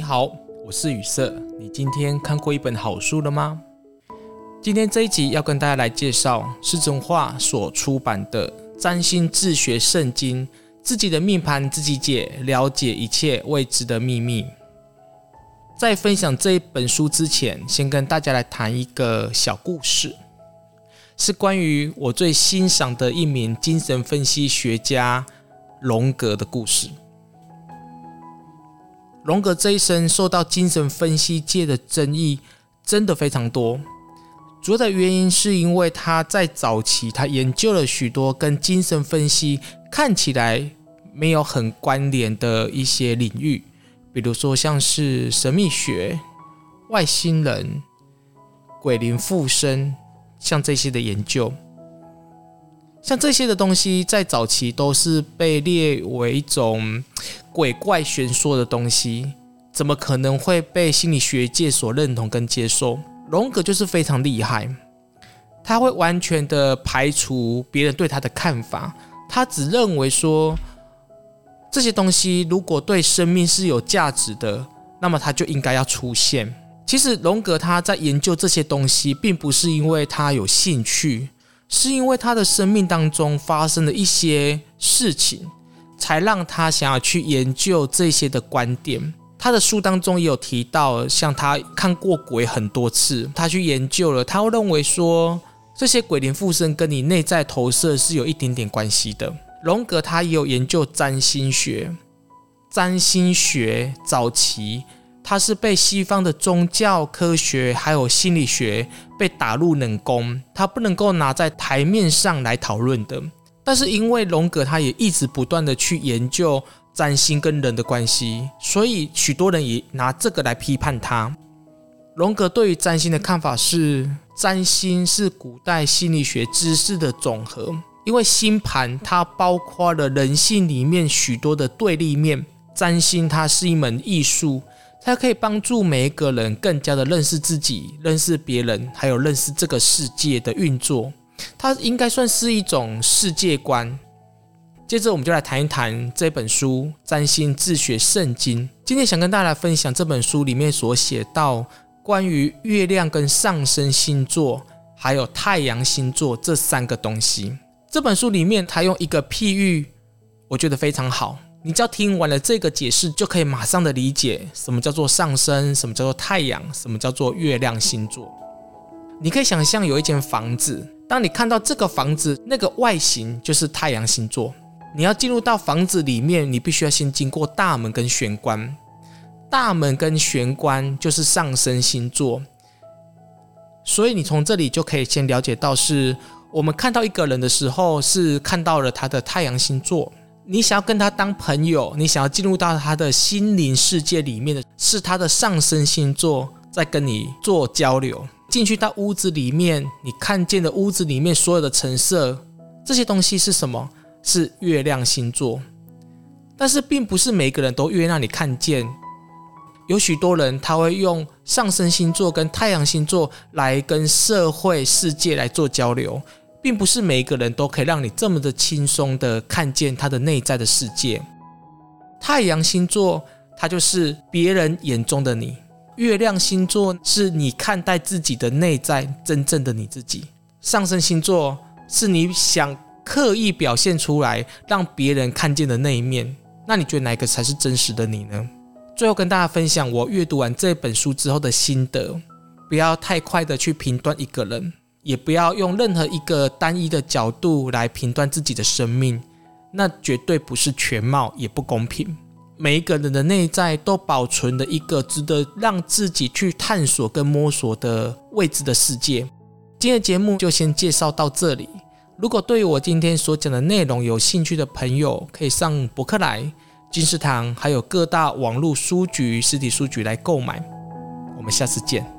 好，我是宇色。你今天看过一本好书了吗？今天这一集要跟大家来介绍世宗化所出版的《占星自学圣经》，自己的命盘自己解，了解一切未知的秘密。在分享这一本书之前，先跟大家来谈一个小故事，是关于我最欣赏的一名精神分析学家荣格的故事。荣格这一生受到精神分析界的争议真的非常多，主要的原因是因为他在早期他研究了许多跟精神分析看起来没有很关联的一些领域，比如说像是神秘学、外星人、鬼灵附身，像这些的研究。像这些的东西在早期都是被列为一种鬼怪玄说的东西，怎么可能会被心理学界所认同跟接受？荣格就是非常厉害，他会完全的排除别人对他的看法，他只认为说这些东西如果对生命是有价值的，那么它就应该要出现。其实荣格他在研究这些东西并不是因为他有兴趣，是因为他的生命当中发生了一些事情，才让他想要去研究这些的观点。他的书当中也有提到，像他看过鬼很多次，他去研究了，他会认为说这些鬼灵附身跟你内在投射是有一点点关系的。荣格他也有研究占星学，占星学早期它是被西方的宗教、科学还有心理学被打入冷宫，它不能够拿在台面上来讨论的。但是因为荣格他也一直不断的去研究占星跟人的关系，所以许多人也拿这个来批判他。荣格对于占星的看法是，占星是古代心理学知识的总和，因为星盘它包括了人性里面许多的对立面，占星它是一门艺术，它可以帮助每一个人更加的认识自己、认识别人，还有认识这个世界的运作。它应该算是一种世界观。接着我们就来谈一谈这本书《占星自学圣经》。今天想跟大家来分享这本书里面所写到关于月亮跟上升星座还有太阳星座这三个东西。这本书里面他用一个譬喻，我觉得非常好，你只要听完了这个解释，就可以马上的理解什么叫做上升，什么叫做太阳，什么叫做月亮星座。你可以想象有一间房子，当你看到这个房子，那个外形就是太阳星座。你要进入到房子里面，你必须要先经过大门跟玄关，大门跟玄关就是上升星座。所以你从这里就可以先了解到，是我们看到一个人的时候，是看到了他的太阳星座。你想要跟他当朋友，你想要进入到他的心灵世界里面的是他的上升星座在跟你做交流。进去到屋子里面，你看见的屋子里面所有的陈设，这些东西是什么？是月亮星座。但是并不是每个人都愿意让你看见，有许多人他会用上升星座跟太阳星座来跟社会世界来做交流，并不是每一个人都可以让你这么的轻松的看见他的内在的世界。太阳星座它就是别人眼中的你，月亮星座是你看待自己的内在真正的你自己，上升星座是你想刻意表现出来让别人看见的那一面。那你觉得哪一个才是真实的你呢？最后跟大家分享我阅读完这本书之后的心得，不要太快的去评断一个人，也不要用任何一个单一的角度来评断自己的生命，那绝对不是全貌，也不公平。每一个人的内在都保存了一个值得让自己去探索跟摸索的未知的世界。今天的节目就先介绍到这里。如果对于我今天所讲的内容有兴趣的朋友，可以上博客来、金石堂还有各大网络书局、实体书局来购买。我们下次见。